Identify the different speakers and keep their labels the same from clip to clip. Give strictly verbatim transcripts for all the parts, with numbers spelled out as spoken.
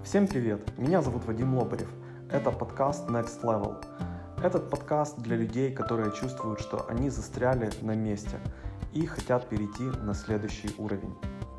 Speaker 1: Всем привет! Меня зовут Вадим Лобарев. Это подкаст Next Level. Этот подкаст для людей, которые чувствуют, что они застряли на месте и хотят перейти на следующий уровень.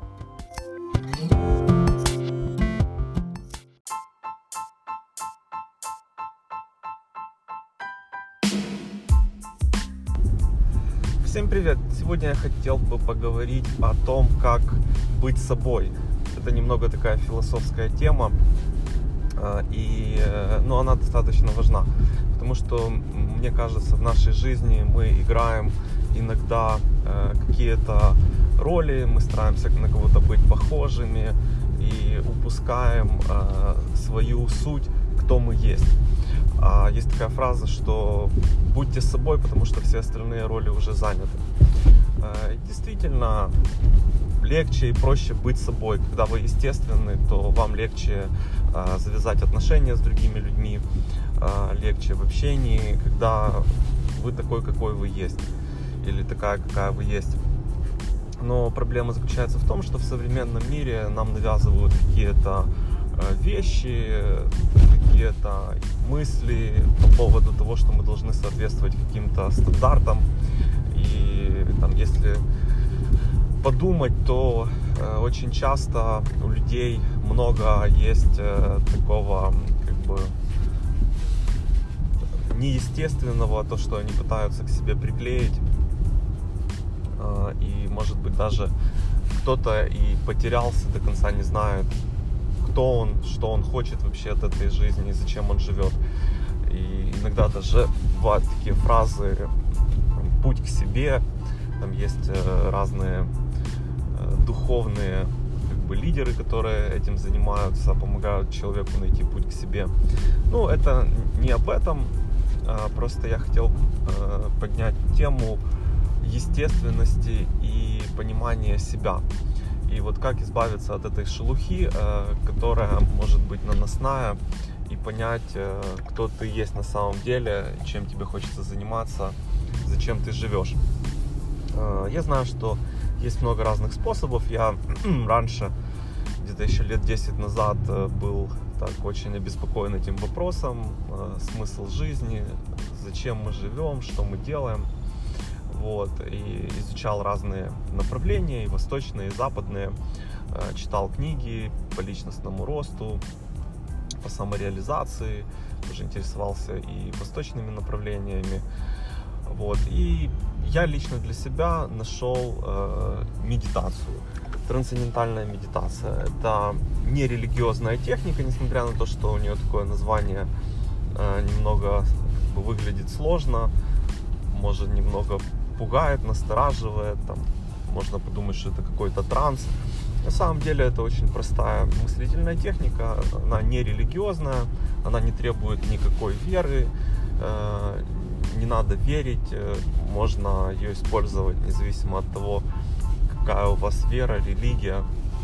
Speaker 1: Всем привет! Сегодня я хотел бы поговорить о том, как быть собой. Это немного такая философская тема, и, ну, она достаточно важна, потому что, мне кажется, в нашей жизни мы играем иногда какие-то роли, мы стараемся на кого-то быть похожими и упускаем свою суть, кто мы есть. Есть такая фраза, что будьте собой, потому что все остальные роли уже заняты. Действительно, легче и проще быть собой. Когда вы естественны, то вам легче завязать отношения с другими людьми, легче в общении, когда вы такой, какой вы есть, или такая, какая вы есть. Но проблема заключается в том, что в современном мире нам навязывают какие-то вещи, какие-то мысли по поводу того, что мы должны соответствовать каким-то стандартам. И там, если подумать, то э, очень часто у людей много есть э, такого, как бы, неестественного, то, что они пытаются к себе приклеить. Э, и, может быть, даже кто-то и потерялся, до конца не знает, кто он, что он хочет вообще от этой жизни и зачем он живет. И иногда даже бывают такие фразы, там, «путь к себе». Там есть э, разные э, духовные, как бы, лидеры, которые этим занимаются, помогают человеку найти путь к себе. Ну, это не об этом, а просто я хотел э, поднять тему естественности и понимания себя. И вот как избавиться от этой шелухи, э, которая может быть наносная, и понять, э, кто ты есть на самом деле, чем тебе хочется заниматься, зачем ты живешь. Я знаю, что есть много разных способов. Я раньше, где-то еще лет десять назад, был так очень обеспокоен этим вопросом. Смысл жизни, зачем мы живем, что мы делаем. Вот. И изучал разные направления, и восточные, и западные. Читал книги по личностному росту, по самореализации. Тоже интересовался и восточными направлениями. Вот. И я лично для себя нашел э, медитацию. Трансцендентальная медитация. Это не религиозная техника, несмотря на то, что у нее такое название э, немного, как бы, выглядит сложно, может, немного пугает, настораживает. Там, можно подумать, что это какой-то транс. На самом деле это очень простая мыслительная техника. Она не религиозная, она не требует никакой веры. Э, Не надо верить, можно ее использовать независимо от того, какая у вас вера, религия,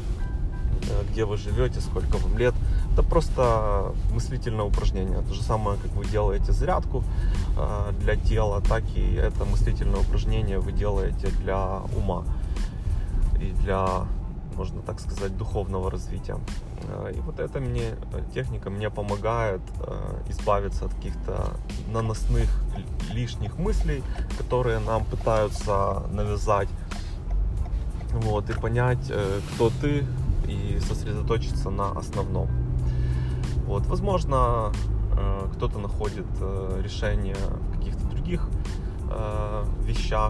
Speaker 1: где вы живете, сколько вам лет. Это просто мыслительное упражнение. То же самое, как вы делаете зарядку для тела, так и это мыслительное упражнение вы делаете для ума и для, можно так сказать, духовного развития. И вот эта мне техника мне помогает э, избавиться от каких-то наносных лишних мыслей, которые нам пытаются навязать, вот, и понять, э, кто ты, и сосредоточиться на основном. Вот, возможно, э, кто-то находит э, решение в каких-то других э, вещах.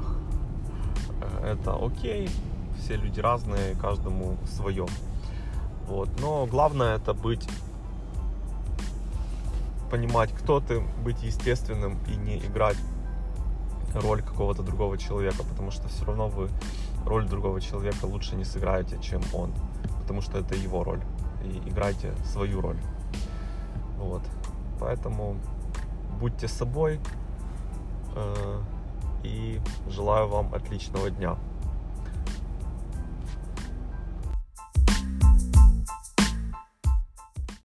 Speaker 1: Это окей, все люди разные, каждому свое. Вот. Но главное это быть, понимать, кто ты, быть естественным и не играть роль какого-то другого человека, потому что все равно вы роль другого человека лучше не сыграете, чем он, потому что это его роль, и играйте свою роль. Вот. Поэтому будьте собой, э, и желаю вам отличного дня.